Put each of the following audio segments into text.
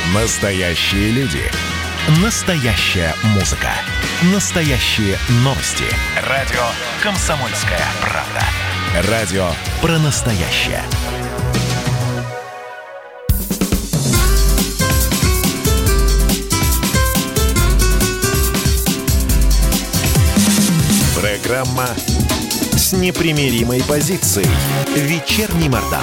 Настоящие люди. Настоящая музыка. Настоящие новости. Радио «Комсомольская правда». Радио про настоящее. Программа с непримиримой позицией. Вечерний Мардан.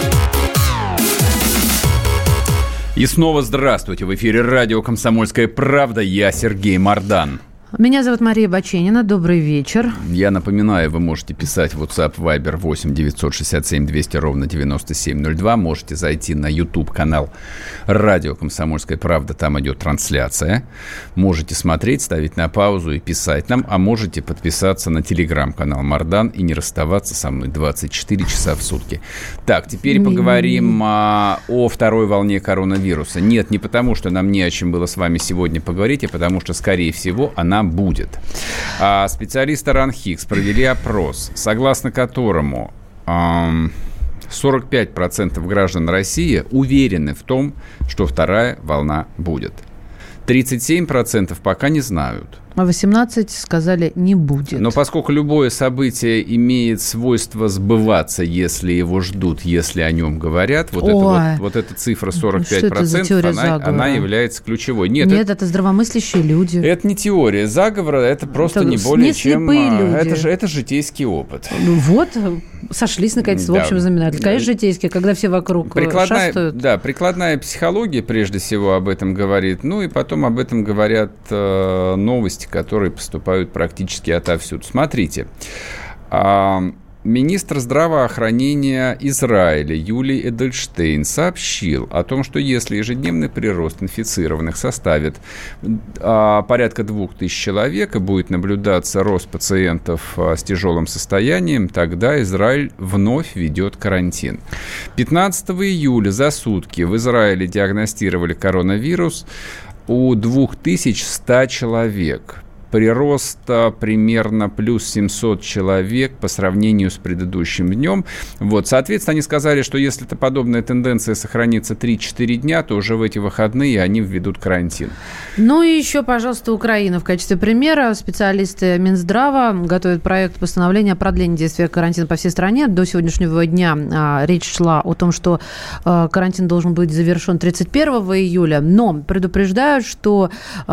И снова здравствуйте. В эфире радио «Комсомольская правда». Я Сергей Мардан. Меня зовут Мария Баченина. Добрый вечер. Я напоминаю, вы можете писать в WhatsApp, Viber 8 967 200 ровно 9702. Можете зайти на YouTube-канал радио «Комсомольская правда». Там идет трансляция. Можете смотреть, ставить на паузу и писать нам. А можете подписаться на телеграм-канал Мардан и не расставаться со мной 24 часа в сутки. Так, теперь поговорим о второй волне коронавируса. Нет, не потому, что нам не о чем было с вами сегодня поговорить, а потому что, скорее всего, она будет. Специалисты РАНХИКС провели опрос, согласно которому 45% граждан России уверены в том, что вторая волна будет. 37% пока не знают. А 18 сказали, не будет. Но поскольку любое событие имеет свойство сбываться, если его ждут, если о нем говорят, вот эта цифра 45%, она является ключевой. Нет, это здравомыслящие люди. Это не теория заговора, это просто не более чем... Это житейский опыт. Вот, сошлись наконец в общем знаменателе. Конечно, житейский, когда все вокруг шастают. Да, прикладная психология прежде всего об этом говорит, ну и потом об этом говорят новости, которые поступают практически отовсюду. Смотрите, министр здравоохранения Израиля Юли Эдельштейн сообщил о том, что если ежедневный прирост инфицированных составит порядка 2000 человек и будет наблюдаться рост пациентов с тяжелым состоянием, тогда Израиль вновь ведет карантин. 15 июля за сутки в Израиле диагностировали коронавирус у 2100 человек. Прирост примерно плюс 700 человек по сравнению с предыдущим днем. Вот, соответственно, они сказали, что если подобная тенденция сохранится 3-4 дня, то уже в эти выходные они введут карантин. Ну и еще, пожалуйста, Украина в качестве примера. Специалисты Минздрава готовят проект постановления о продлении действия карантина по всей стране. До сегодняшнего дня речь шла о том, что карантин должен быть завершен 31 июля, но предупреждают, что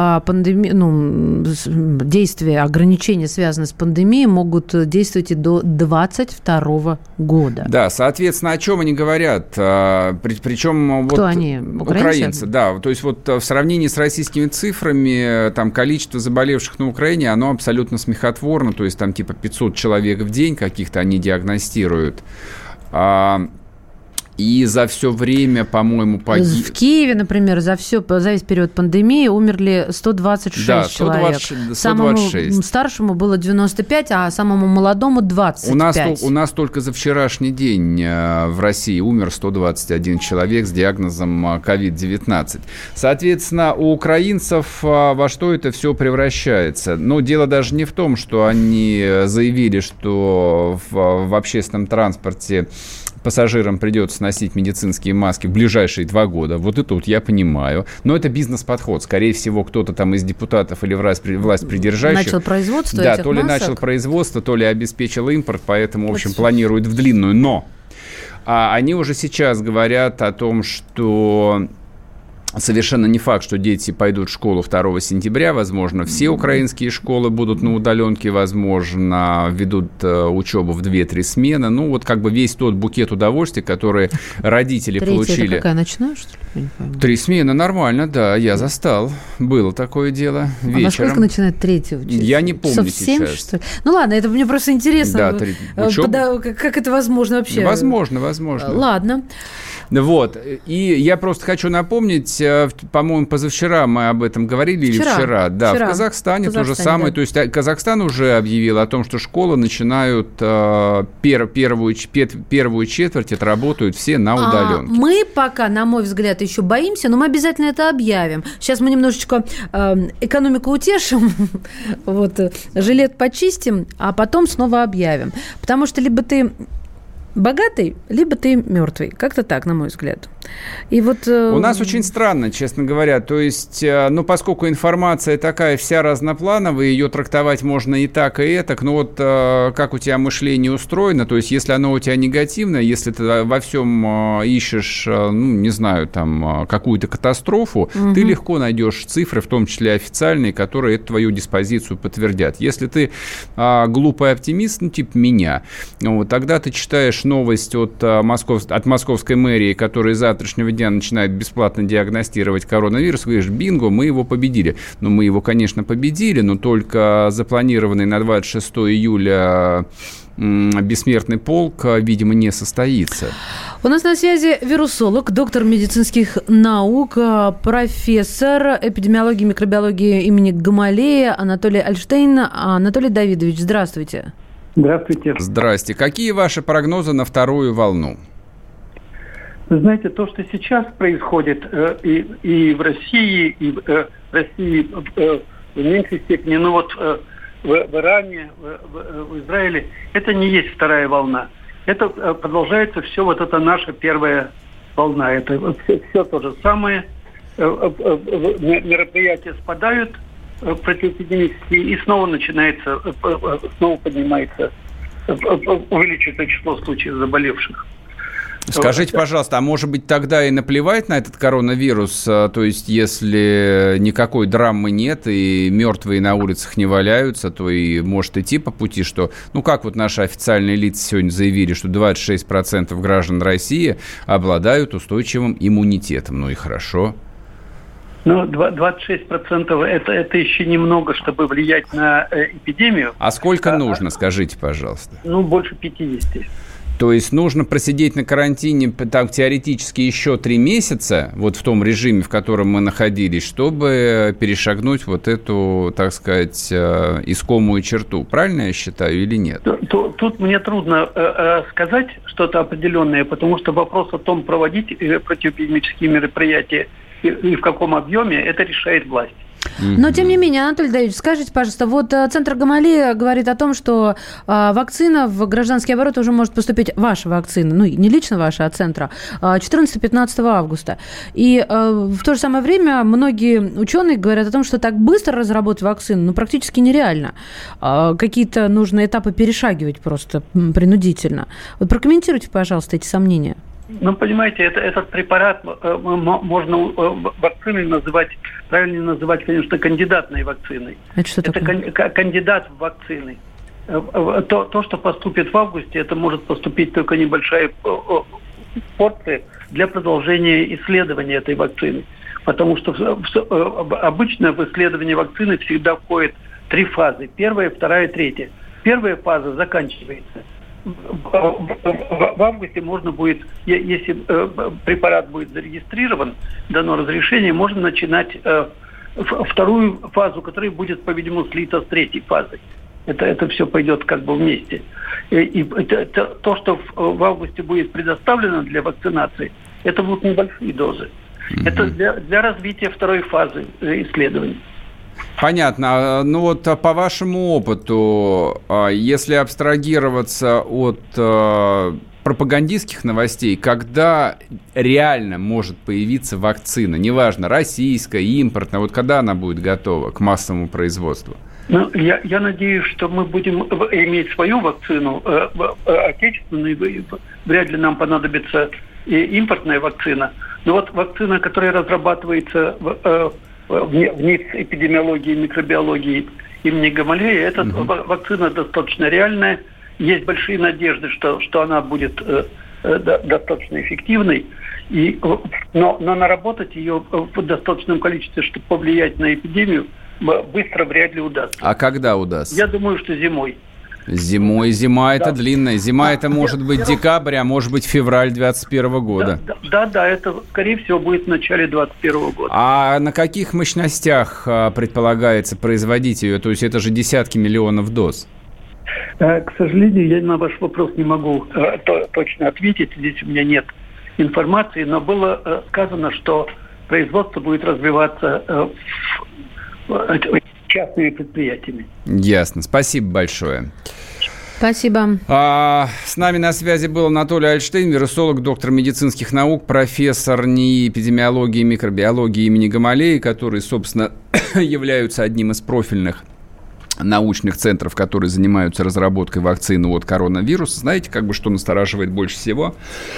действия, ограничения, связанные с пандемией, могут действовать и до 2022 года. Да, соответственно, о чем они говорят? Причем кто они? Украинцы? Да, то есть вот в сравнении с российскими цифрами, там количество заболевших на Украине, оно абсолютно смехотворно, то есть там типа 500 человек в день каких-то они диагностируют. И за все время, по-моему, В Киеве, например, за весь период пандемии умерли 126 человек. 126. Самому старшему было 95, а самому молодому 25. У нас только за вчерашний день в России умер 121 человек с диагнозом COVID-19. Соответственно, у украинцев во что это все превращается? Но дело даже не в том, что они заявили, что в общественном транспорте пассажирам придется носить медицинские маски в ближайшие 2 года. Вот это вот я понимаю. Но это бизнес-подход. Скорее всего, кто-то там из депутатов или власть придержащих... Начал производство этих масок? Да, то ли начал производство, то ли обеспечил импорт, поэтому, в общем, планирует в длинную. Но они уже сейчас говорят о том, что... Совершенно не факт, что дети пойдут в школу 2 сентября. Возможно, все украинские школы будут на удаленке, возможно, ведут учебу в 2-3 смены. Ну, вот как бы весь тот букет удовольствия, который родители получили. Это какая, ночная, что ли? 3 смены, нормально, да, я застал. Было такое дело вечером. А во сколько начинает 3-й учиться? Я не помню сейчас. 7, что ли? Ну, ладно, это мне просто интересно. Да, как это возможно вообще? Возможно. Ладно. Вот. И я просто хочу напомнить, по-моему, позавчера мы об этом говорили, или вчера. Да, в Казахстане то же самое. Да. То есть Казахстан уже объявил о том, что школы начинают первую четверть, отработают все на удаленке. Мы пока, на мой взгляд, еще боимся, но мы обязательно это объявим. Сейчас мы немножечко экономику утешим, вот, жилет почистим, а потом снова объявим. Потому что либо ты богатый, либо ты мертвый. Как-то так, на мой взгляд. И вот... У нас очень странно, честно говоря. То есть, поскольку информация такая вся разноплановая, ее трактовать можно и так, и этак, но вот как у тебя мышление устроено, то есть, если оно у тебя негативное, если ты во всем ищешь, не знаю, там, какую-то катастрофу, ты легко найдешь цифры, в том числе официальные, которые твою диспозицию подтвердят. Если ты глупый оптимист, типа меня, вот, тогда ты читаешь новость от московской мэрии, которая с завтрашнего дня начинает бесплатно диагностировать коронавирус, говоришь, бинго, мы его победили. Ну, мы его, конечно, победили, но только запланированный на 26 июля бессмертный полк, видимо, не состоится. У нас на связи вирусолог, доктор медицинских наук, профессор эпидемиологии и микробиологии имени Гамалея Анатолий Альштейн. Анатолий Давидович, здравствуйте. Здравствуйте. Здрасте. Какие ваши прогнозы на вторую волну? Вы знаете, то, что сейчас происходит и в России, и в России в меньшей степени, в Иране, в Израиле, это не есть вторая волна. Это продолжается все вот эта наша первая волна. Это все то же самое. Мероприятия спадают противоэпидемические, и снова поднимается, увеличивается число случаев заболевших. Скажите, пожалуйста, а может быть тогда и наплевать на этот коронавирус? То есть, если никакой драмы нет и мертвые на улицах не валяются, то и может идти по пути, что... как вот наши официальные лица сегодня заявили, что 26% граждан России обладают устойчивым иммунитетом. Ну и хорошо. 26% это еще немного, чтобы влиять на эпидемию. А сколько нужно, скажите, пожалуйста? Больше 50%. То есть нужно просидеть на карантине там теоретически еще 3 месяца, вот в том режиме, в котором мы находились, чтобы перешагнуть вот эту, так сказать, искомую черту. Правильно я считаю или нет? Тут мне трудно сказать что-то определенное, потому что вопрос о том, проводить противоэпидемические мероприятия и в каком объеме, это решает власть. Но, тем не менее, Анатолий Давидович, скажите, пожалуйста, вот Центр Гамалея говорит о том, что вакцина в гражданский оборот уже может поступить, ваша вакцина, не лично ваша, а Центра, 14-15 августа. И в то же самое время многие ученые говорят о том, что так быстро разработать вакцину, практически нереально. Какие-то нужно этапы перешагивать просто принудительно. Вот прокомментируйте, пожалуйста, эти сомнения. Понимаете, этот препарат можно вакциной называть, правильнее называть, конечно, кандидатной вакциной. Это что такое? Это кандидат в вакцины. То, что поступит в августе, это может поступить только небольшая порция для продолжения исследования этой вакцины. Потому что обычно в исследование вакцины всегда входит 3 фазы. Первая, вторая, третья. Первая фаза заканчивается. В августе можно будет, если препарат будет зарегистрирован, дано разрешение, можно начинать вторую фазу, которая будет, по-видимому, слита с третьей фазой. Это все пойдет как бы вместе. И то, что в августе будет предоставлено для вакцинации, это будут небольшие дозы. Это для развития второй фазы исследований. Понятно. По вашему опыту, если абстрагироваться от пропагандистских новостей, когда реально может появиться вакцина, неважно, российская, импортная, когда она будет готова к массовому производству? Я надеюсь, что мы будем иметь свою вакцину, отечественную, вряд ли нам понадобится и импортная вакцина. Но вакцина, которая разрабатывается в НИИ эпидемиологии и микробиологии имени Гамалея, эта вакцина достаточно реальная. Есть большие надежды, что она будет достаточно эффективной. Но наработать ее в достаточном количестве, чтобы повлиять на эпидемию, быстро вряд ли удастся. А когда удастся? Я думаю, что зимой. Зимой. Зима это длинная. Зима это может быть декабрь, а может быть февраль 2021 года. Да, это скорее всего будет в начале 2021 года. А на каких мощностях предполагается производить ее? То есть это же десятки миллионов доз. К сожалению, я на ваш вопрос не могу точно ответить. Здесь у меня нет информации, но было сказано, что производство будет развиваться частными предприятиями. Ясно. Спасибо большое. Спасибо. С нами на связи был Анатолий Альштейн, вирусолог, доктор медицинских наук, профессор НИИ эпидемиологии и микробиологии имени Гамалеи, которые, собственно, являются одним из профильных научных центров, которые занимаются разработкой вакцины от коронавируса. Знаете, что настораживает больше всего?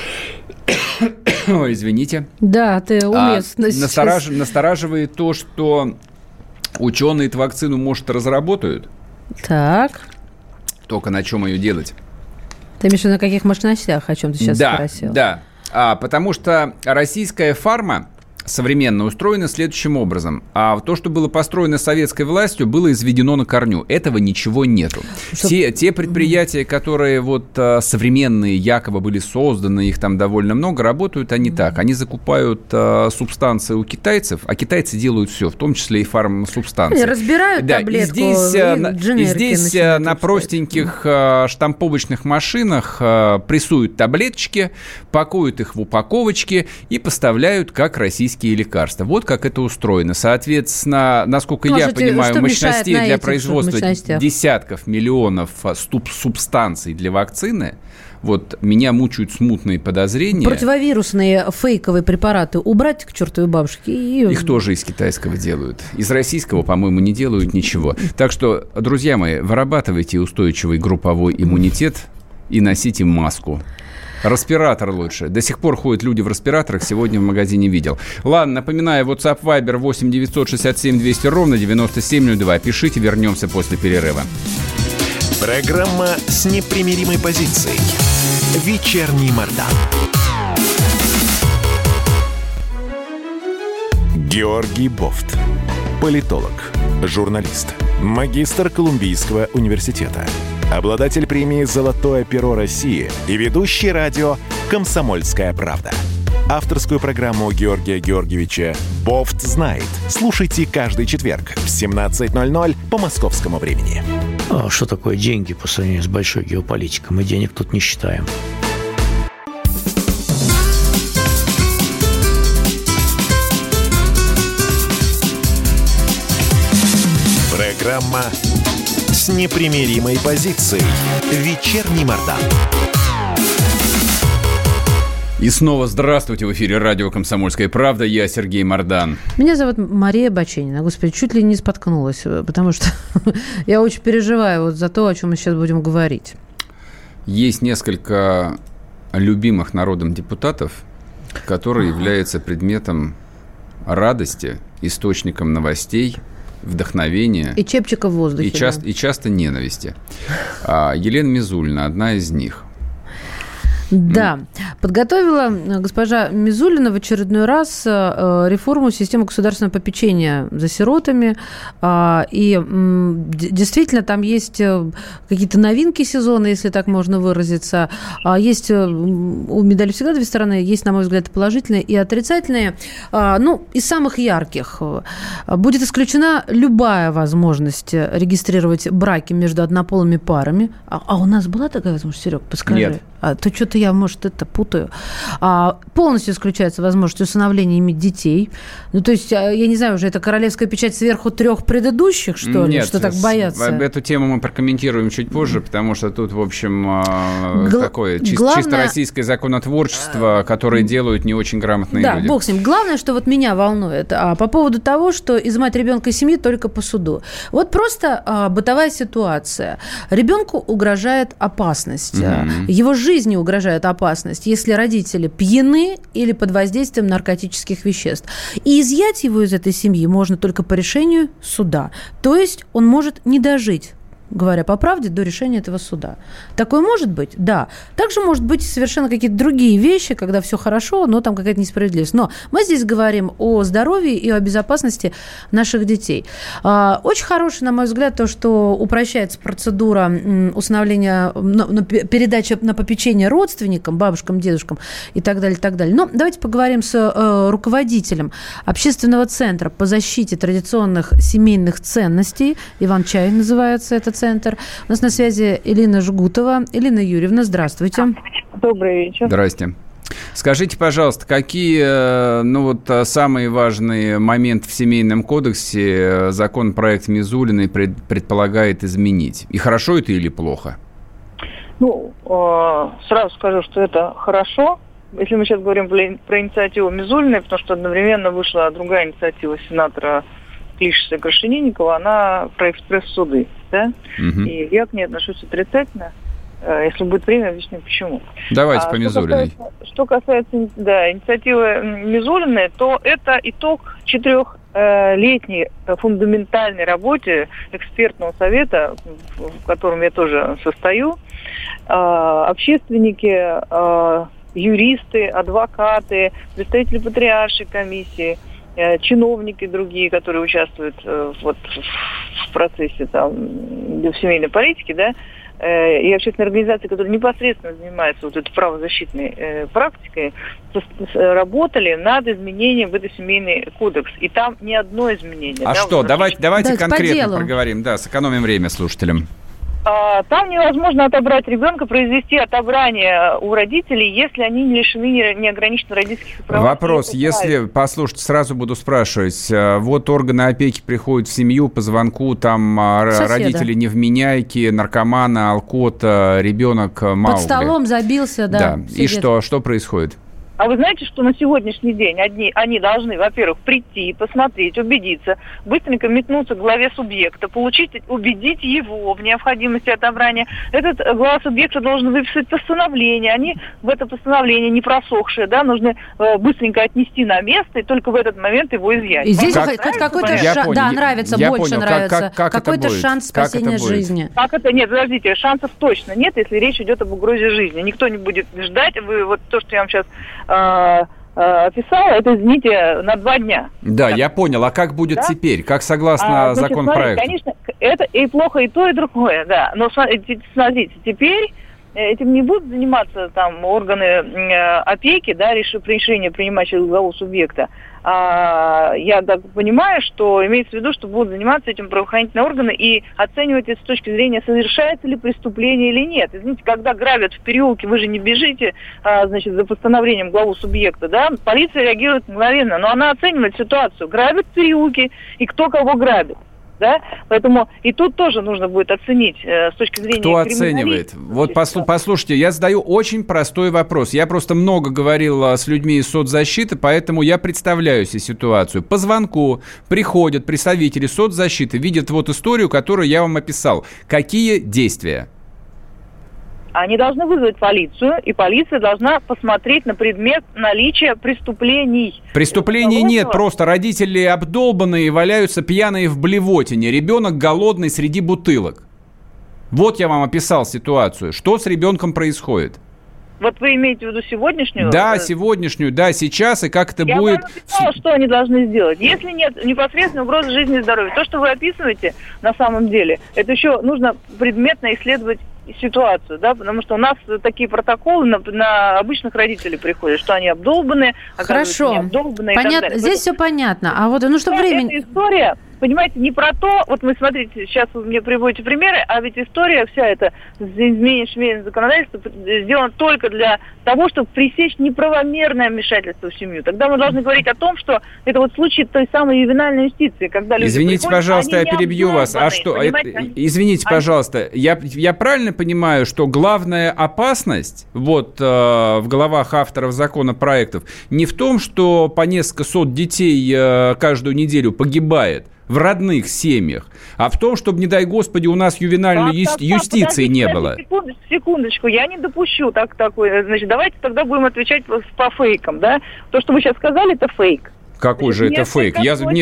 Ой, извините. Да, ты уместно сейчас. Настораживает то, что ученые эту вакцину, может, разработают. Так. Только на чем ее делать? Ты имеешь в виду, на каких мощностях, о чем ты сейчас спросил? Да, потому что российская фарма современно устроена следующим образом. А то, что было построено советской властью, было изведено на корню. Этого ничего нету. Те предприятия, которые современные, якобы были созданы, их там довольно много, работают они так. Они закупают субстанции у китайцев, а китайцы делают все, в том числе и фармсубстанции. Разбирают таблетку, и здесь на простеньких штамповочных машинах прессуют таблеточки, пакуют их в упаковочки и поставляют как российские лекарства. Вот как это устроено. Соответственно, насколько я понимаю, мощностей для производства десятков миллионов субстанций для вакцины, меня мучают смутные подозрения. Противовирусные фейковые препараты убрать к чертовой бабушке. Их тоже из китайского делают. Из российского, по-моему, не делают ничего. Так что, друзья мои, вырабатывайте устойчивый групповой иммунитет и носите маску. Респиратор лучше. До сих пор ходят люди в респираторах, сегодня в магазине видел. Ладно, напоминаю, WhatsApp Viber 8 967 200 ровно 9702. Пишите, вернемся после перерыва. Программа с непримиримой позицией. Вечерний Мордан. Георгий Бофт. Политолог, журналист, магистр Колумбийского университета, обладатель премии «Золотое перо России» и ведущий радио «Комсомольская правда». Авторскую программу Георгия Георгиевича «Бофт знает». Слушайте каждый четверг в 17:00 по московскому времени. Что такое деньги по сравнению с большой геополитикой? Мы денег тут не считаем. Программа с непримиримой позицией. Вечерний Мордан. И снова здравствуйте, в эфире радио «Комсомольская правда». Я Сергей Мордан. Меня зовут Мария Баченина. Господи, чуть ли не споткнулась, потому что я очень переживаю за то, о чем мы сейчас будем говорить. Есть несколько любимых народом депутатов, которые являются предметом радости, источником новостей, вдохновения. И чепчика в воздухе. И часто ненависти. Елена Мизулина одна из них. Да. Подготовила госпожа Мизулина в очередной раз реформу системы государственного попечения за сиротами. И действительно там есть какие-то новинки сезона, если так можно выразиться. Есть у медали всегда две стороны. Есть, на мой взгляд, положительные и отрицательные. Из самых ярких. Будет исключена любая возможность регистрировать браки между однополыми парами. А у нас была такая возможность, Серег? Подскажи. Нет. То что-то я, может, это путаю. Полностью исключается возможность усыновления, иметь детей. То есть, я не знаю, уже это королевская печать сверху 3 предыдущих, что ли? Нет, что так боятся? Эту тему мы прокомментируем чуть позже, потому что тут, в общем, такое чисто российское законотворчество, которое делают не очень грамотные люди. Да, бог с ним. Главное, что меня волнует, по поводу того, что изымать ребенка из семьи только по суду. Просто бытовая ситуация. Ребенку угрожает опасность. Его жизни угрожает опасность, если родители пьяны или под воздействием наркотических веществ. И изъять его из этой семьи можно только по решению суда. То есть он может не дожить, говоря по правде, до решения этого суда. Такое может быть? Да. Также может быть совершенно какие-то другие вещи, когда все хорошо, но там какая-то несправедливость. Но мы здесь говорим о здоровье и о безопасности наших детей. Очень хорошее, на мой взгляд, то, что упрощается процедура усыновления, передачи на попечение родственникам, бабушкам, дедушкам и так далее, и так далее. Но давайте поговорим с руководителем общественного центра по защите традиционных семейных ценностей. Иван Чай называется этот центр. У нас на связи Элина Жгутова. Элина Юрьевна, здравствуйте. Добрый вечер. Здрасте. Скажите, пожалуйста, какие самые важные моменты в Семейном кодексе законопроект Мизулиной предполагает изменить? И хорошо это или плохо? Сразу скажу, что это хорошо. Если мы сейчас говорим про инициативу Мизулиной, потому что одновременно вышла другая инициатива сенатора Клишеса и Крашенинникова, она про экспресс-суды. Да? И я к ней отношусь отрицательно. Если будет время, объясню почему. Давайте по Мизулиной. Что касается инициативы Мизулиной, то это итог 4-летней фундаментальной работе экспертного совета, в котором я тоже состою. Общественники, юристы, адвокаты, представители патриаршей комиссии, чиновники другие, которые участвуют в процессе в семейной политике, да, и общественные организации, которые непосредственно занимаются вот этой правозащитной практикой, работали над изменением в этот семейный кодекс. И там ни одно изменение. Давайте конкретно проговорим. Да, сэкономим время слушателям. Там невозможно отобрать ребенка, произвести отобрание у родителей, если они не лишены неограниченно родительских прав. Вопрос, послушайте, сразу буду спрашивать. Вот органы опеки приходят в семью по звонку, там родители невменяйки, наркоманы, алкота, ребенок Маугли. Под столом забился, да. И что происходит? А вы знаете, что на сегодняшний день они должны, во-первых, прийти, посмотреть, убедиться, быстренько метнуться к главе субъекта, убедить его в необходимости отобрания. Этот глава субъекта должен выписать постановление. Они в это постановление не просохшие, да, нужно быстренько отнести на место и только в этот момент его изъять. И здесь какой-то шанс, нравится, какой-то шанс спасения жизни. Нет, подождите, шансов точно нет, если речь идет об угрозе жизни. Никто не будет ждать. Вот то, что я вам сейчас описала, это, извините, на 2 дня. Да, я понял. А как будет теперь? Как согласно законопроекту? Конечно, это и плохо и то, и другое, да. Но смотрите, теперь этим не будут заниматься там органы опеки, да, решение принимать через главу субъекта. Я так понимаю, что имеется в виду, что будут заниматься этим правоохранительные органы и оценивать это с точки зрения, совершается ли преступление или нет. Извините, когда грабят в переулке, вы же не бежите, за постановлением главу субъекта, да? Полиция реагирует мгновенно, но она оценивает ситуацию. Грабят в переулке и кто кого грабит. Да? Поэтому и тут тоже нужно будет оценить с точки зрения... Кто оценивает? Вот послушайте, я задаю очень простой вопрос. Я просто много говорил с людьми из соцзащиты, поэтому я представляю себе ситуацию. По звонку приходят представители соцзащиты, видят вот историю, которую я вам описал. Какие действия? Они должны вызвать полицию, и полиция должна посмотреть на предмет наличия преступлений. Преступлений нет, просто родители обдолбанные, валяются пьяные в блевотине, ребенок голодный среди бутылок. Вот я вам описал ситуацию. Что с ребенком происходит? Вот вы имеете в виду сегодняшнюю? Да, сегодняшнюю, да, сейчас, и как это будет... Я вам написала, что они должны сделать. Если нет непосредственной угрозы жизни и здоровья, то, что вы описываете на самом деле, это еще нужно предметно исследовать ситуацию, да, потому что у нас такие протоколы на обычных родителей приходят, что они обдолбанные, оказывается, не обдолбанные и так далее. Здесь все понятно. А вот, что время... Эта история, понимаете, не про то, вот вы смотрите, сейчас вы мне приводите примеры, а ведь история вся эта изменение семейного законодательства сделана только для того, чтобы пресечь неправомерное вмешательство в семью. Тогда мы должны говорить о том, что это вот случай той самой ювенальной юстиции, когда люди Извините, пожалуйста, я перебью вас. А что? Извините, пожалуйста, я правильно понимаю, что главная опасность в головах авторов законопроектов не в том, что по несколько сот детей каждую неделю погибает в родных семьях, а в том, чтобы, не дай Господи, у нас ювенальной юстиции не было. Секундочку, я не допущу такое. Значит, давайте тогда будем отвечать по фейкам, да? То, что вы сейчас сказали, это фейк. Какой же это фейк?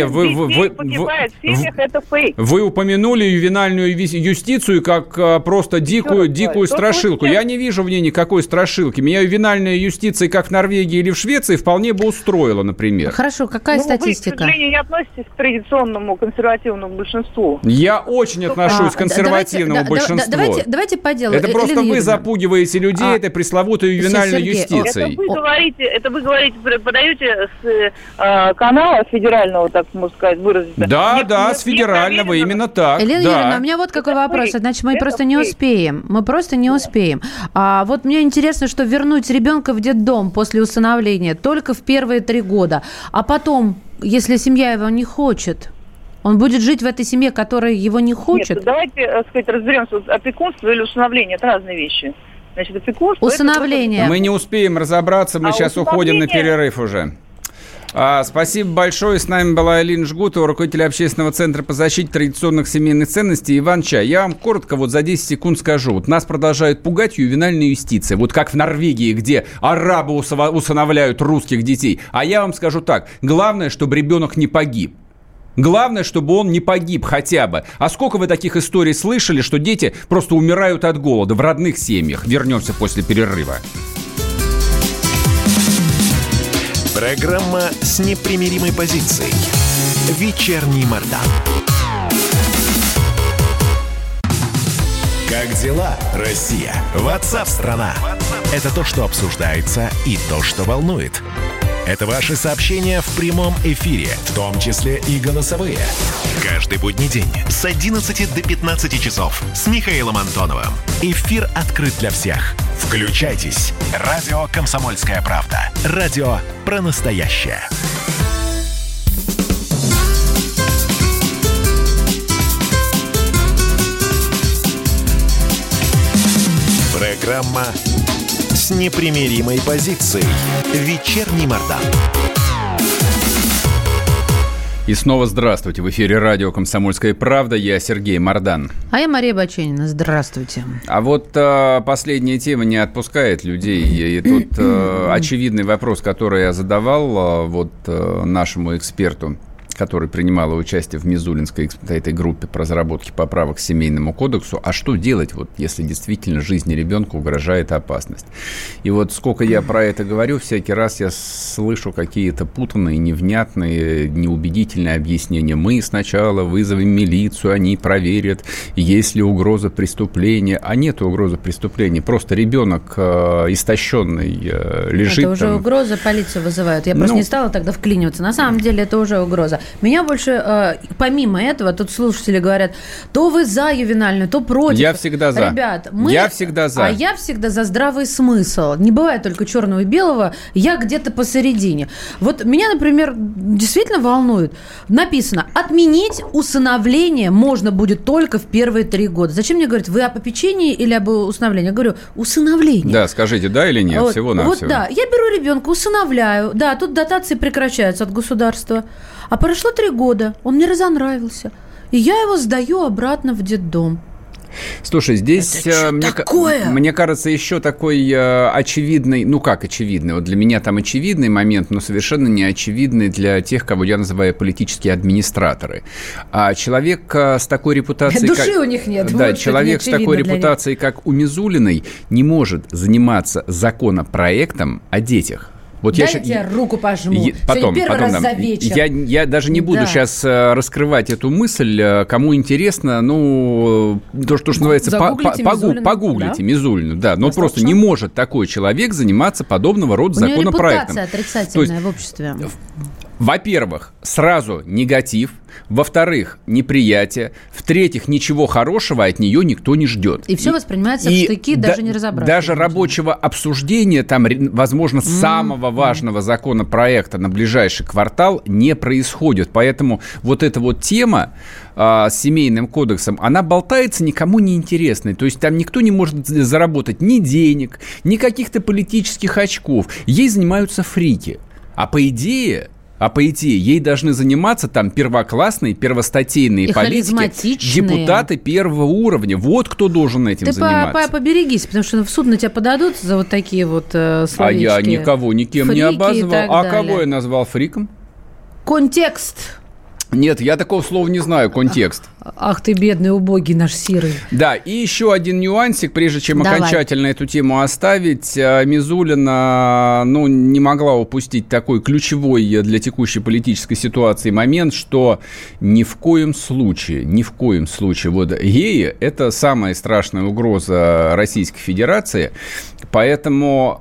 Это фейк. Вы упомянули ювенальную юстицию как просто дикую страшилку. Я не вижу в ней никакой страшилки. Меня ювенальная юстиция, как в Норвегии или в Швеции, вполне бы устроила, например. Хорошо, какая статистика? Вы, к сожалению, не относитесь к традиционному консервативному большинству. Я очень отношусь к консервативному большинству. Давайте по делу. Это просто вы запугиваете людей этой пресловутой ювенальной юстицией. Это вы говорите, подаете с канала федерального, так можно сказать, выразиться. Да, с федерального, именно так. Елена Юрьевна, у меня вот какой вопрос. Значит, мы просто не успеем. А вот мне интересно, что вернуть ребенка в детдом после усыновления только в первые 3 года. А потом, если семья его не хочет, Он будет жить в этой семье, которая его не хочет? Нет, давайте, разберемся. Опекунство или усыновление – это разные вещи. Значит, опекунство… Усыновление. Мы не успеем разобраться, мы сейчас уходим на перерыв уже. Спасибо большое. С нами была Алина Жгутова, руководитель общественного центра по защите традиционных семейных ценностей. Иван Чай. Я вам коротко за 10 секунд скажу. Нас продолжает пугать ювенальная юстиция. Как в Норвегии, где арабы усыновляют русских детей. А я вам скажу так. Главное, чтобы ребенок не погиб. Главное, чтобы он не погиб хотя бы. А сколько вы таких историй слышали, что дети просто умирают от голода в родных семьях? Вернемся после перерыва. Программа с непримиримой позицией. Вечерний Мордан. Как дела, Россия? WhatsApp-страна. Это то, что обсуждается, и то, что волнует. Это ваши сообщения в прямом эфире, в том числе и голосовые. Каждый будний день с 11 до 15 часов с Михаилом Антоновым. Эфир открыт для всех. Включайтесь. Радио «Комсомольская правда». Радио про настоящее. Программа с непримиримой позицией. Вечерний Мордан. И снова здравствуйте. В эфире радио «Комсомольская правда». Я Сергей Мордан. А я Мария Баченина. Здравствуйте. А последняя тема не отпускает людей. И тут очевидный вопрос, который я задавал нашему эксперту, который принимала участие в Мизулинской этой группе по разработке поправок к Семейному кодексу. А что делать, если действительно жизни ребенка угрожает опасность? И сколько я про это говорю, всякий раз я слышу какие-то путанные, невнятные, неубедительные объяснения. Мы сначала вызовем милицию, они проверят, есть ли угроза преступления. А нет угрозы преступления. Просто ребенок истощенный лежит. Это уже там. Угроза, полицию вызывают. Я просто не стала тогда вклиниваться. На самом деле это уже угроза. Меня больше, помимо этого, тут слушатели говорят, то вы за ювенальную, то против. Я всегда за. Ребят, я всегда за. А я всегда за здравый смысл. Не бывает только черного и белого, я где-то посередине. Меня, например, действительно волнует. Написано, отменить усыновление можно будет только в первые 3 года. Зачем мне говорить, вы о попечении или об усыновлении? Я говорю, усыновление. Да, скажите, да или нет, всего-навсего. Да, я беру ребенка, усыновляю. Да, тут дотации прекращаются от государства. А прошло 3 года, он мне разонравился, и я его сдаю обратно в детдом. Слушай, здесь, мне кажется, еще такой очевидный, очевидный, для меня там очевидный момент, но совершенно не очевидный для тех, кого я называю политические администраторы. А человек с такой репутацией... Души у них нет. Да, человек с такой репутацией, как у Мизулиной, не может заниматься законопроектом о детях. Дайте я руку пожму. Потом, первый раз за вечер. Я даже не буду сейчас раскрывать эту мысль. Кому интересно, то, что называется, погуглите Мизулину. Да, но просто не может такой человек заниматься подобного рода законопроектом. У нее репутация отрицательная в обществе. Во-первых, сразу негатив. Во-вторых, неприятие. В-третьих, ничего хорошего от нее никто не ждет. И все воспринимается в штыки, даже не разобравшись. Даже рабочего обсуждения, возможно, самого важного законопроекта на ближайший квартал не происходит. Поэтому эта тема с Семейным кодексом, она болтается никому не интересной. То есть там никто не может заработать ни денег, ни каких-то политических очков. Ей занимаются фрики. А по идее, ей должны заниматься первоклассные, первостатейные политики, депутаты первого уровня. Кто должен этим заниматься. Ты поберегись, потому что в суд на тебя подадут за такие словечки. А я никого никем не обозвал. А кого я назвал фриком? Контекст. Нет, я такого слова не знаю, контекст. Ах ты, бедный, убогий наш Сирый. Да, и еще один нюансик, прежде чем окончательно эту тему оставить. Мизулина, не могла упустить такой ключевой для текущей политической ситуации момент, что ни в коем случае, геи – это самая страшная угроза Российской Федерации, поэтому...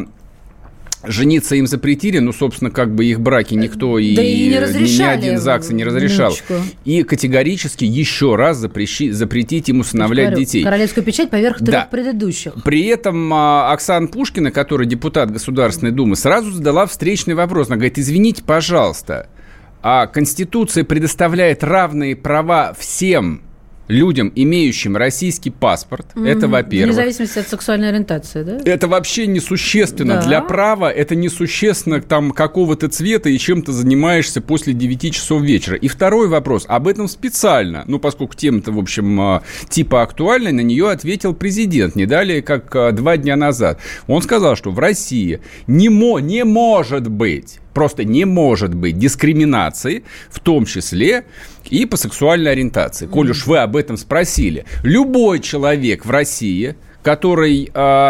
Жениться им запретили, собственно, их браки никто и ни один ЗАГС не разрешал. Минуточку. И категорически еще раз запретить им усыновлять детей. Королевскую печать поверх 3 предыдущих. При этом Оксана Пушкина, которая депутат Государственной Думы, сразу задала встречный вопрос. Она говорит, извините, пожалуйста, Конституция предоставляет равные права всем людям, имеющим российский паспорт. Это, во-первых. Вне зависимости от сексуальной ориентации, да? Это вообще несущественно. Да. Для права это несущественно там какого-то цвета и чем ты занимаешься после 9 часов вечера. И второй вопрос. Об этом специально, поскольку тема-то, в общем, типа актуальная, на нее ответил президент не далее, как 2 дня назад. Он сказал, что в России не может быть, просто не может быть дискриминации, в том числе и по сексуальной ориентации. Коль уж вы об этом спросили. Любой человек в России, который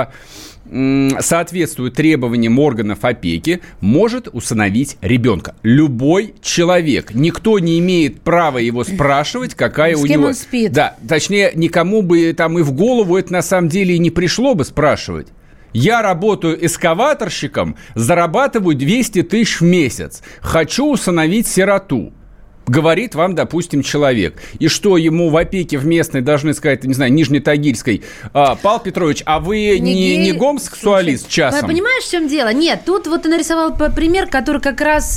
соответствует требованиям органов опеки, может усыновить ребенка. Любой человек. Никто не имеет права его спрашивать, какая у него... С кем он спит. Да, точнее, никому бы там и в голову это на самом деле и не пришло бы спрашивать. Я работаю эскаваторщиком, зарабатываю 200 тысяч в месяц. Хочу усыновить сироту. Говорит вам, допустим, человек. И что, ему в опеке в местной должны сказать, не знаю, Нижнетагильской: Павел Петрович, а вы не гомосексуалист часом? Понимаешь, в чем дело? Нет, тут вот ты нарисовал пример, который как раз,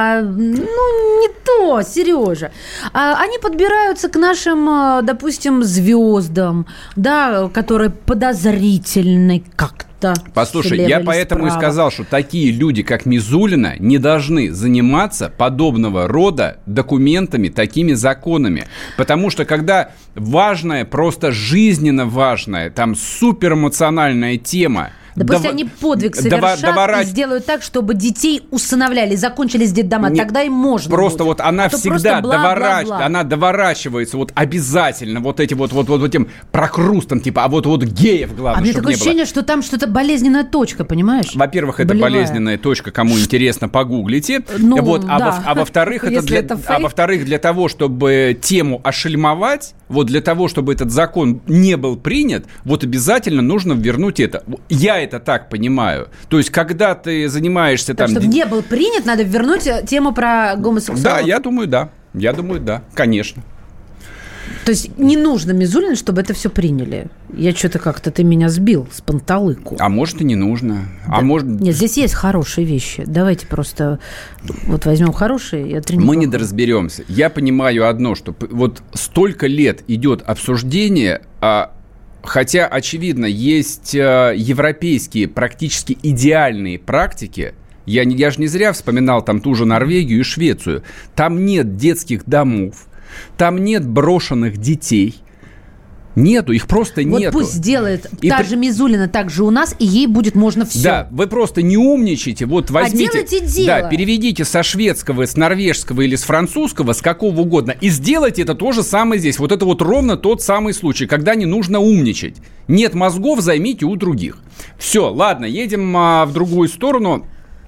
не то, Сережа. Они подбираются к нашим, допустим, звездам, да, которые подозрительны как-то. Послушай, я поэтому и сказал, что такие люди, как Мизулина, не должны заниматься подобного рода документами, такими законами. Потому что когда важная, просто жизненно важная, там суперэмоциональная тема, да пусть они подвиг совершат и сделают так, чтобы детей усыновляли, закончились детдома, тогда им можно просто будет. Вот она всегда она доворачивается вот обязательно вот этим прокрустом, типа, а вот геев главное, чтобы не было. А мне такое ощущение, что там что-то болезненная точка, понимаешь? Во-первых, это болезненная точка, кому интересно, погуглите. А во-вторых, во-вторых, для того, чтобы тему ошельмовать, вот для того, чтобы этот закон не был принят, вот обязательно нужно вернуть это. Я это так понимаю. То есть, когда ты занимаешься там... Чтобы не был принят, надо вернуть тему про гомосексуалов. Да, я думаю, да, конечно. То есть, не нужно Мизулин, чтобы это все приняли. Я что-то как-то ты меня сбил с панталыку. А может, и не нужно. Да. Нет, здесь есть хорошие вещи. Давайте просто вот возьмем хорошие и отринем. Мы не доразберемся. Я понимаю одно, что вот столько лет идет обсуждение, хотя, очевидно, есть европейские практически идеальные практики. Я же не зря вспоминал там ту же Норвегию и Швецию. Там нет детских домов, там нет брошенных детей. Нету, их просто нету. Вот пусть сделает та же Мизулина так же у нас, и ей будет можно все. Да, вы просто не умничайте. Вот возьмите, делайте дело. Да, переведите со шведского, с норвежского или с французского, с какого угодно, и сделайте это то же самое здесь. Вот это вот ровно тот самый случай, когда не нужно умничать. Нет мозгов, займите у других. Все, ладно, едем в другую сторону.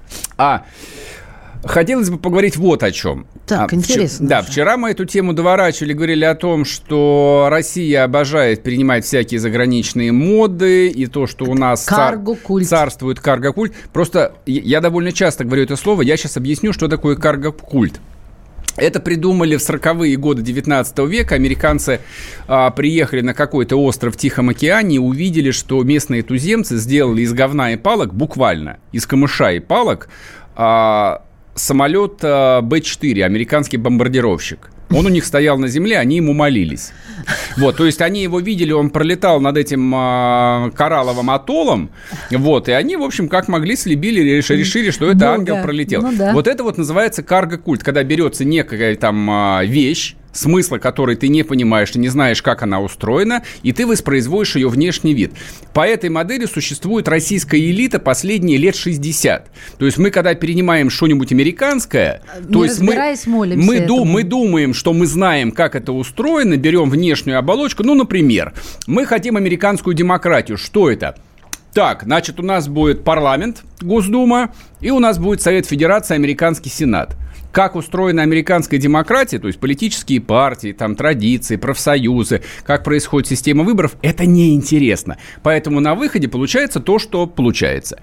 Хотелось бы поговорить вот о чем. Так, интересно. Да, вчера мы эту тему доворачивали, говорили о том, что Россия обожает принимать всякие заграничные моды, и то, что у нас царствует карго-культ. Просто я довольно часто говорю это слово, я сейчас объясню, что такое карго-культ. Это придумали в 40-е годы 19 века. Американцы приехали на какой-то остров в Тихом океане и увидели, что местные туземцы сделали из говна и палок, буквально из камыша и палок, самолет Б-4, американский бомбардировщик. Он у них стоял на земле, они ему молились. Вот, то есть они его видели, он пролетал над этим коралловым атоллом, вот, и они, в общем, как могли, слепили, решили, что это ангел пролетел. Ну, да. Вот это вот называется карго-культ, когда берется некая там вещь, смысла которой ты не понимаешь, ты не знаешь, как она устроена, и ты воспроизводишь ее внешний вид. По этой модели существует российская элита последние лет 60. То есть мы, когда перенимаем что-нибудь американское, то есть мы думаем, что мы знаем, как это устроено, берем внешнюю оболочку. Ну, например, мы хотим американскую демократию. Что это? Так, значит, у нас будет парламент, Госдума, и у нас будет Совет Федерации, американский Сенат. Как устроена американская демократия, то есть политические партии, там, традиции, профсоюзы, как происходит система выборов, это неинтересно. Поэтому на выходе получается то, что получается.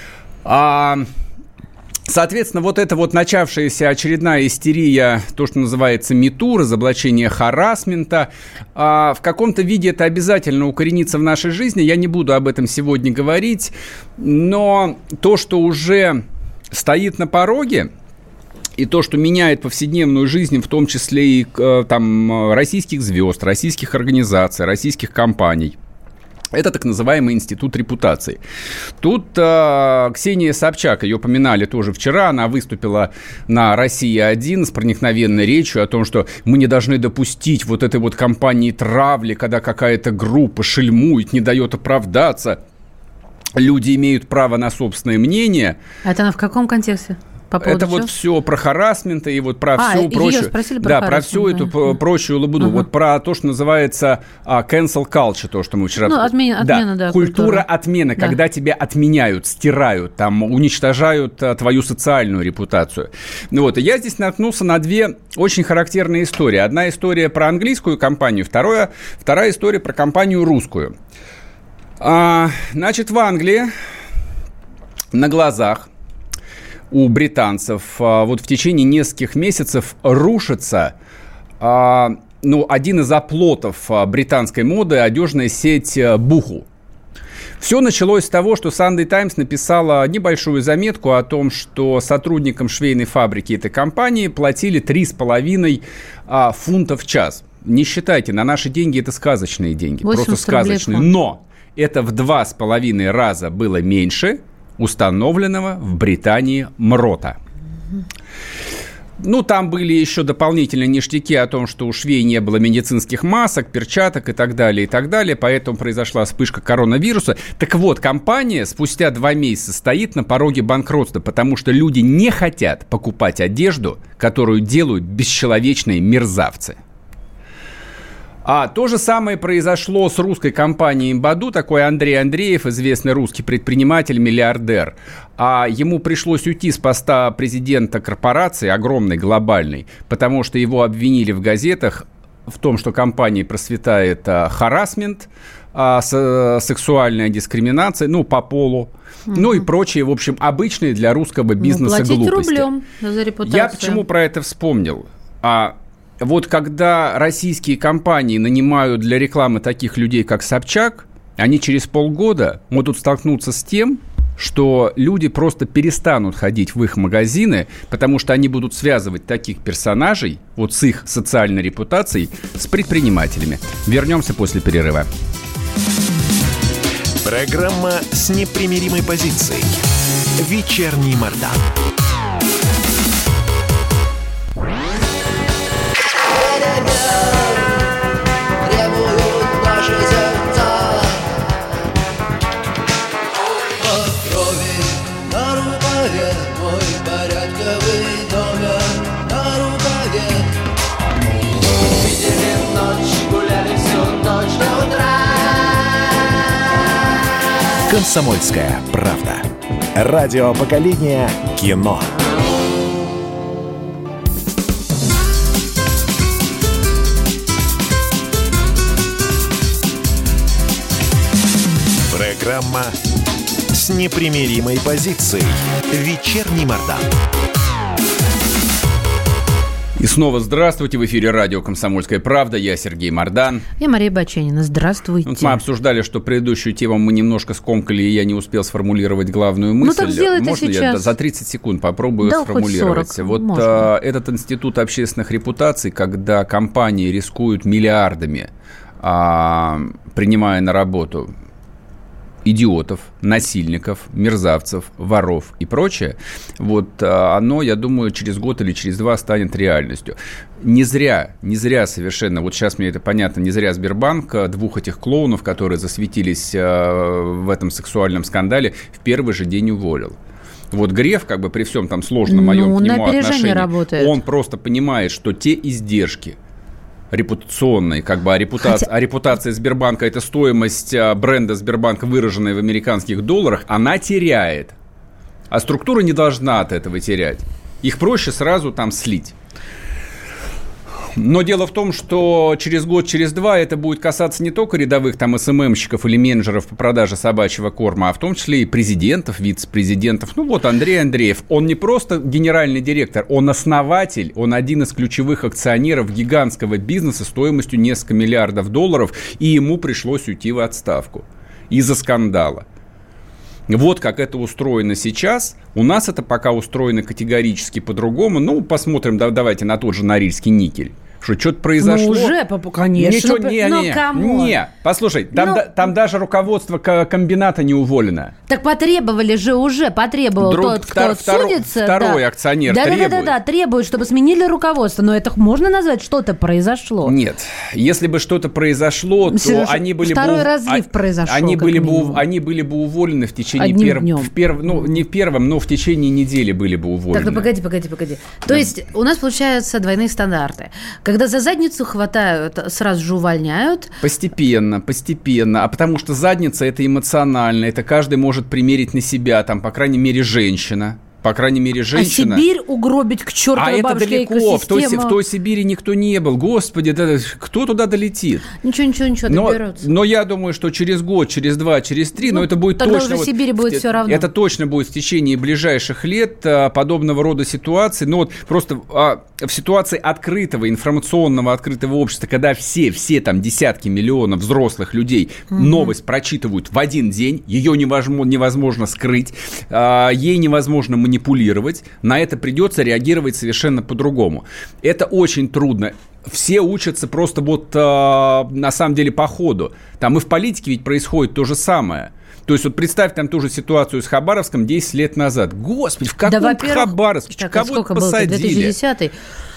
Соответственно, вот эта вот начавшаяся очередная истерия, то, что называется МИТУ, разоблачение харассмента, в каком-то виде это обязательно укоренится в нашей жизни. Я не буду об этом сегодня говорить, но то, что уже стоит на пороге, и то, что меняет повседневную жизнь, в том числе и там, российских звезд, российских организаций, российских компаний. Это так называемый институт репутации. Тут Ксения Собчак, ее поминали тоже вчера, она выступила на «Россия-1» с проникновенной речью о том, что мы не должны допустить вот этой вот кампании травли, когда какая-то группа шельмует, не дает оправдаться. Люди имеют право на собственное мнение. Это она в каком контексте? Это вот все про харассмент и вот про всю прочую... спросили про да, про всю эту прочую лабуду. Вот про то, что называется cancel culture, то, что мы вчера... отмена, да. Культура отмены, да. Когда тебя отменяют, стирают, там, уничтожают твою социальную репутацию. Вот, и я здесь наткнулся на две очень характерные истории. Одна история про английскую компанию, вторая история про компанию русскую. Значит, в Англии на глазах у британцев вот в течение нескольких месяцев рушится один из оплотов британской моды, одежная сеть Boohoo. Все началось с того, что Sunday Times написала небольшую заметку о том, что сотрудникам швейной фабрики этой компании платили 3,5 фунта в час. Не считайте, на наши деньги это сказочные деньги, просто сказочные. Но это в 2,5 раза было меньше установленного в Британии МРОТа. Там были еще дополнительные ништяки о том, что у швей не было медицинских масок, перчаток и так далее, поэтому произошла вспышка коронавируса. Так вот, компания спустя 2 месяца стоит на пороге банкротства, потому что люди не хотят покупать одежду, которую делают бесчеловечные мерзавцы. То же самое произошло с русской компанией «Баду», такой Андрей Андреев, известный русский предприниматель, миллиардер. Ему пришлось уйти с поста президента корпорации, огромной, глобальной, потому что его обвинили в газетах в том, что компании процветает харассмент, сексуальная дискриминация, по полу, и прочие, в общем, обычные для русского бизнеса глупости. Платить рублем за репутацию. Я почему про это вспомнил? Вот когда российские компании нанимают для рекламы таких людей, как Собчак, они через полгода могут столкнуться с тем, что люди просто перестанут ходить в их магазины, потому что они будут связывать таких персонажей, вот с их социальной репутацией, с предпринимателями. Вернемся после перерыва. Программа с непримиримой позицией. Вечерний Мардан. «Комсомольская правда». Радио поколения кино. Программа с непримиримой позицией. Вечерний Мардан. И снова здравствуйте. В эфире радио «Комсомольская правда». Я Сергей Мардан. Я Мария Баченина. Здравствуйте. Мы обсуждали, что предыдущую тему мы немножко скомкали, и я не успел сформулировать главную мысль. Так сделайте Можно сейчас. Я за 30 секунд попробую сформулировать? 40, вот этот институт общественных репутаций, когда компании рискуют миллиардами, принимая на работу идиотов, насильников, мерзавцев, воров и прочее, оно, я думаю, через год или через 2 станет реальностью. Не зря совершенно, вот сейчас мне это понятно, не зря Сбербанк 2 этих клоунов, которые засветились в этом сексуальном скандале, в первый же день уволил. Вот Греф, при всем там сложном моем к нему отношении, работает. Он просто понимает, что те издержки репутационной, репутация Сбербанка, это стоимость бренда Сбербанка, выраженная в американских долларах, она теряет. А структура не должна от этого терять. Их проще сразу там слить. Но дело в том, что через год, через 2 это будет касаться не только рядовых СММщиков или менеджеров по продаже собачьего корма, а в том числе и президентов, вице-президентов. Андрей Андреев, он не просто генеральный директор, он основатель, он один из ключевых акционеров гигантского бизнеса стоимостью несколько миллиардов долларов, и ему пришлось уйти в отставку из-за скандала. Вот как это устроено сейчас. У нас это пока устроено категорически по-другому. Ну, посмотрим, давайте на тот же Норильский никель. Что-то произошло. Ну, уже, конечно. Не, послушай, там даже руководство комбината не уволено. Так потребовали же уже, тот, кто судится. Второй акционер требует. Да, требует, чтобы сменили руководство. Но это можно назвать, что-то произошло? Нет. Если бы что-то произошло, то они были бы... Второй разлив произошел, они были бы уволены в течение не в первом, но в течение недели были бы уволены. Так, ну погоди. То есть у нас получаются двойные стандарты. Когда за задницу хватают, сразу же увольняют. Постепенно. А потому что задница – это эмоционально. Это каждый может примерить на себя, там, по крайней мере, женщина. А Сибирь угробить к чертовой бабушке экосистему. В той Сибири никто не был. Господи, кто туда долетит? Ничего, доберутся. Но я думаю, что через год, через 2, через 3, но это будет тогда точно... Тогда уже Сибири будет все равно. Это точно будет в течение ближайших лет подобного рода ситуации. Но вот просто в ситуации информационного открытого общества, когда все там десятки миллионов взрослых людей новость прочитывают в один день, ее невозможно скрыть, ей невозможно манипулировать, на это придется реагировать совершенно по-другому. Это очень трудно. Все учатся просто на самом деле по ходу. Там и в политике ведь происходит то же самое. То есть вот представь там ту же ситуацию с Хабаровском 10 лет назад. Господи, в каком Хабаровске? Кого посадили? 2010-й?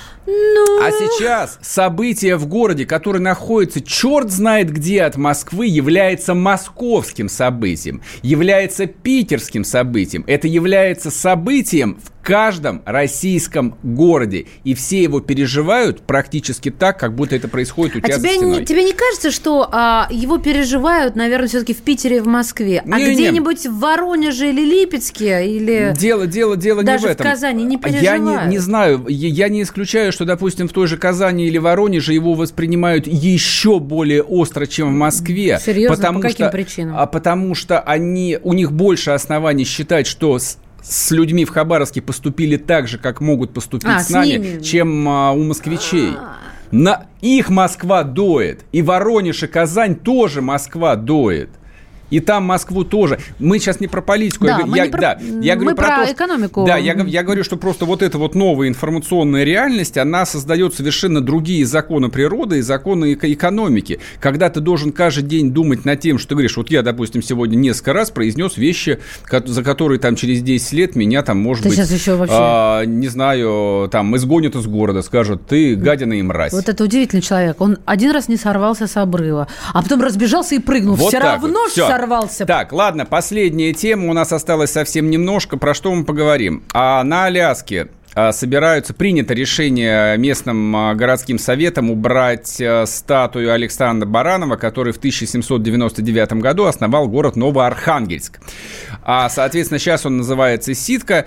А сейчас событие в городе, которое находится черт знает где от Москвы, является московским событием, является питерским событием. Это является событием в каждом российском городе. И все его переживают практически так, как будто это происходит у тебя за стеной. Тебе не кажется, что его переживают, наверное, все-таки в Питере и в Москве? Где-нибудь в Воронеже или Липецке? Или дело не даже в этом. В Казани не переживают? Я не знаю. Я не исключаю, что, допустим, в той же Казани или Воронеже его воспринимают еще более остро, чем в Москве. Серьезно? По каким причинам? Потому что у них больше оснований считать, что с людьми в Хабаровске поступили так же, как могут поступить с нами, чем у москвичей. Их Москва доет. И Воронеж, и Казань тоже Москва доет. И там Москву тоже. Мы сейчас не про политику. Да, мы про экономику. Да, я говорю, что просто вот эта вот новая информационная реальность, она создает совершенно другие законы природы и законы экономики. Когда ты должен каждый день думать над тем, что ты говоришь, вот я, допустим, сегодня несколько раз произнес вещи, за которые там через 10 лет меня там, может быть, не знаю, там изгонят из города, скажут, ты гадина и мразь. Вот это удивительный человек. Он один раз не сорвался с обрыва, а потом разбежался и прыгнул. Вот все равно же сорвался. Так, ладно, последняя тема, у нас осталось совсем немножко. Про что мы поговорим? На Аляске принято решение местным городским советом убрать статую Александра Баранова, который в 1799 году основал город Новоархангельск. Соответственно, сейчас он называется Ситка.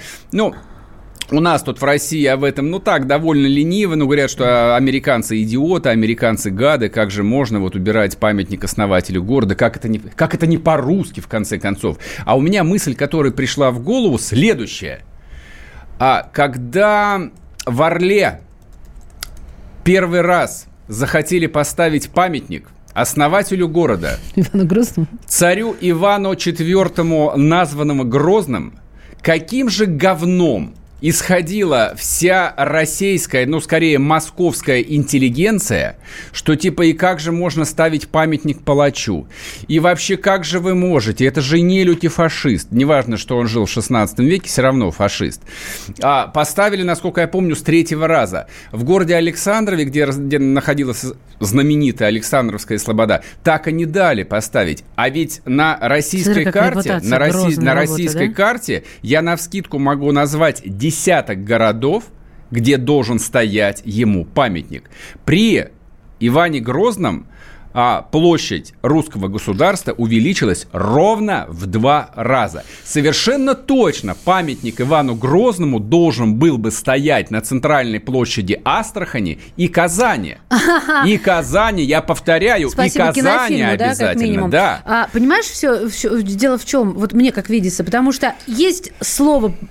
У нас тут в России об этом, довольно лениво. Говорят, что американцы идиоты, американцы гады. Как же можно убирать памятник основателю города? Как это не по-русски, в конце концов? А у меня мысль, которая пришла в голову, следующая. Когда в Орле первый раз захотели поставить памятник основателю города, Ивану Грозному, царю Ивану IV, названному Грозным, каким же говном исходила вся российская, скорее московская интеллигенция, что и как же можно ставить памятник палачу? И вообще, как же вы можете? Это же нелюдь и фашист. Неважно, что он жил в 16 веке, все равно фашист. Поставили, насколько я помню, с 3-го раза. В городе Александрове, где находилась знаменитая Александровская слобода, так и не дали поставить. А ведь на российской карте, карте я навскидку могу назвать десяток городов, где должен стоять ему памятник. При Иване Грозном площадь русского государства увеличилась ровно в 2 раза. Совершенно точно памятник Ивану Грозному должен был бы стоять на центральной площади Астрахани и Казани. И Казани, я повторяю, спасибо, и Казани обязательно. Да. Понимаешь, все дело в чем? Вот мне как видится, потому что есть слово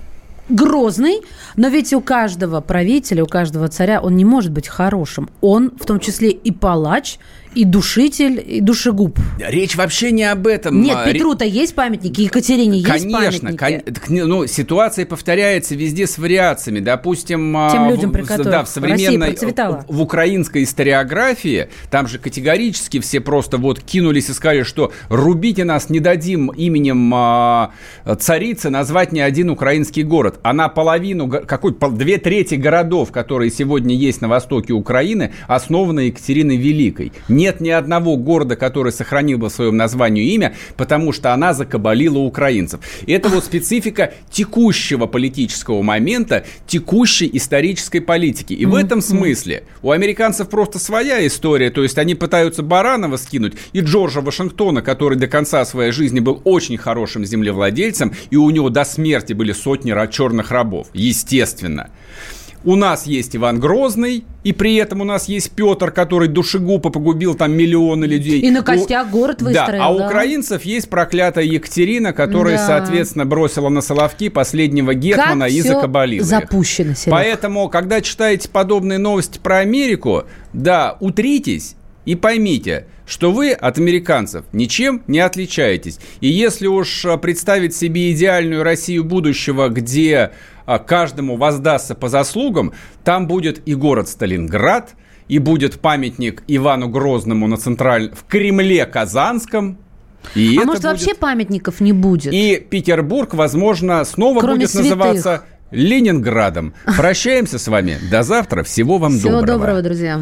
грозный, но ведь у каждого правителя, у каждого царя он не может быть хорошим. Он в том числе и палач, и душитель, и душегуб. Речь вообще не об этом. Нет, Петру-то есть памятники, Екатерине есть памятники. Конечно, ситуация повторяется везде с вариациями. Допустим, тем людям, при которых в современной, Россия процветала. В украинской историографии, там же категорически все просто кинулись и сказали, что рубите нас, не дадим именем царицы назвать ни один украинский город. А на половину, 2/3 городов, которые сегодня есть на востоке Украины, основаны Екатериной Великой. Нет ни одного города, который сохранил бы в своем названии имя, потому что она закабалила украинцев. И это специфика текущего политического момента, текущей исторической политики. И в этом смысле у американцев просто своя история. То есть они пытаются Баранова скинуть и Джорджа Вашингтона, который до конца своей жизни был очень хорошим землевладельцем, и у него до смерти были сотни черных рабов. Естественно. У нас есть Иван Грозный, и при этом у нас есть Петр, который душегуб и погубил там миллионы людей. И на костях город выстроил. Да, а у украинцев есть проклятая Екатерина, которая, соответственно, бросила на Соловки последнего гетмана и закабалила. Запущено, Серег. Поэтому, когда читаете подобные новости про Америку, утритесь и поймите, что вы от американцев ничем не отличаетесь. И если уж представить себе идеальную Россию будущего, где каждому воздастся по заслугам, там будет и город Сталинград, и будет памятник Ивану Грозному в Кремле Казанском. И может, вообще памятников не будет? И Петербург, возможно, снова будет называться Ленинградом. Прощаемся с вами. До завтра. Всего вам доброго. Всего доброго, друзья.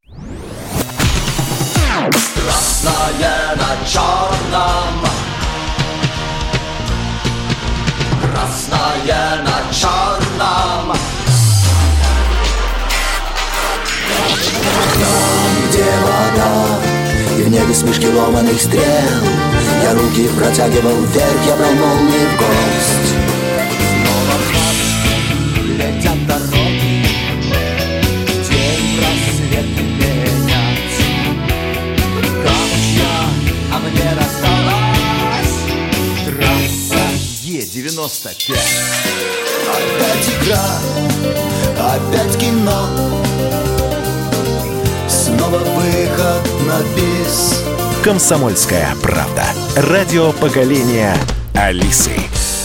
Красное на черном, красное на черном. Там, где вода, и в небе смешки ломаных стрел, я руки протягивал вверх, я брал молнии в гость. Снова в ночь летят дороги, день рассвет менять. А мне досталась трасса Е-95. Опять игра, опять кино, снова выход на бис. «Комсомольская правда». Радио поколения Алисы.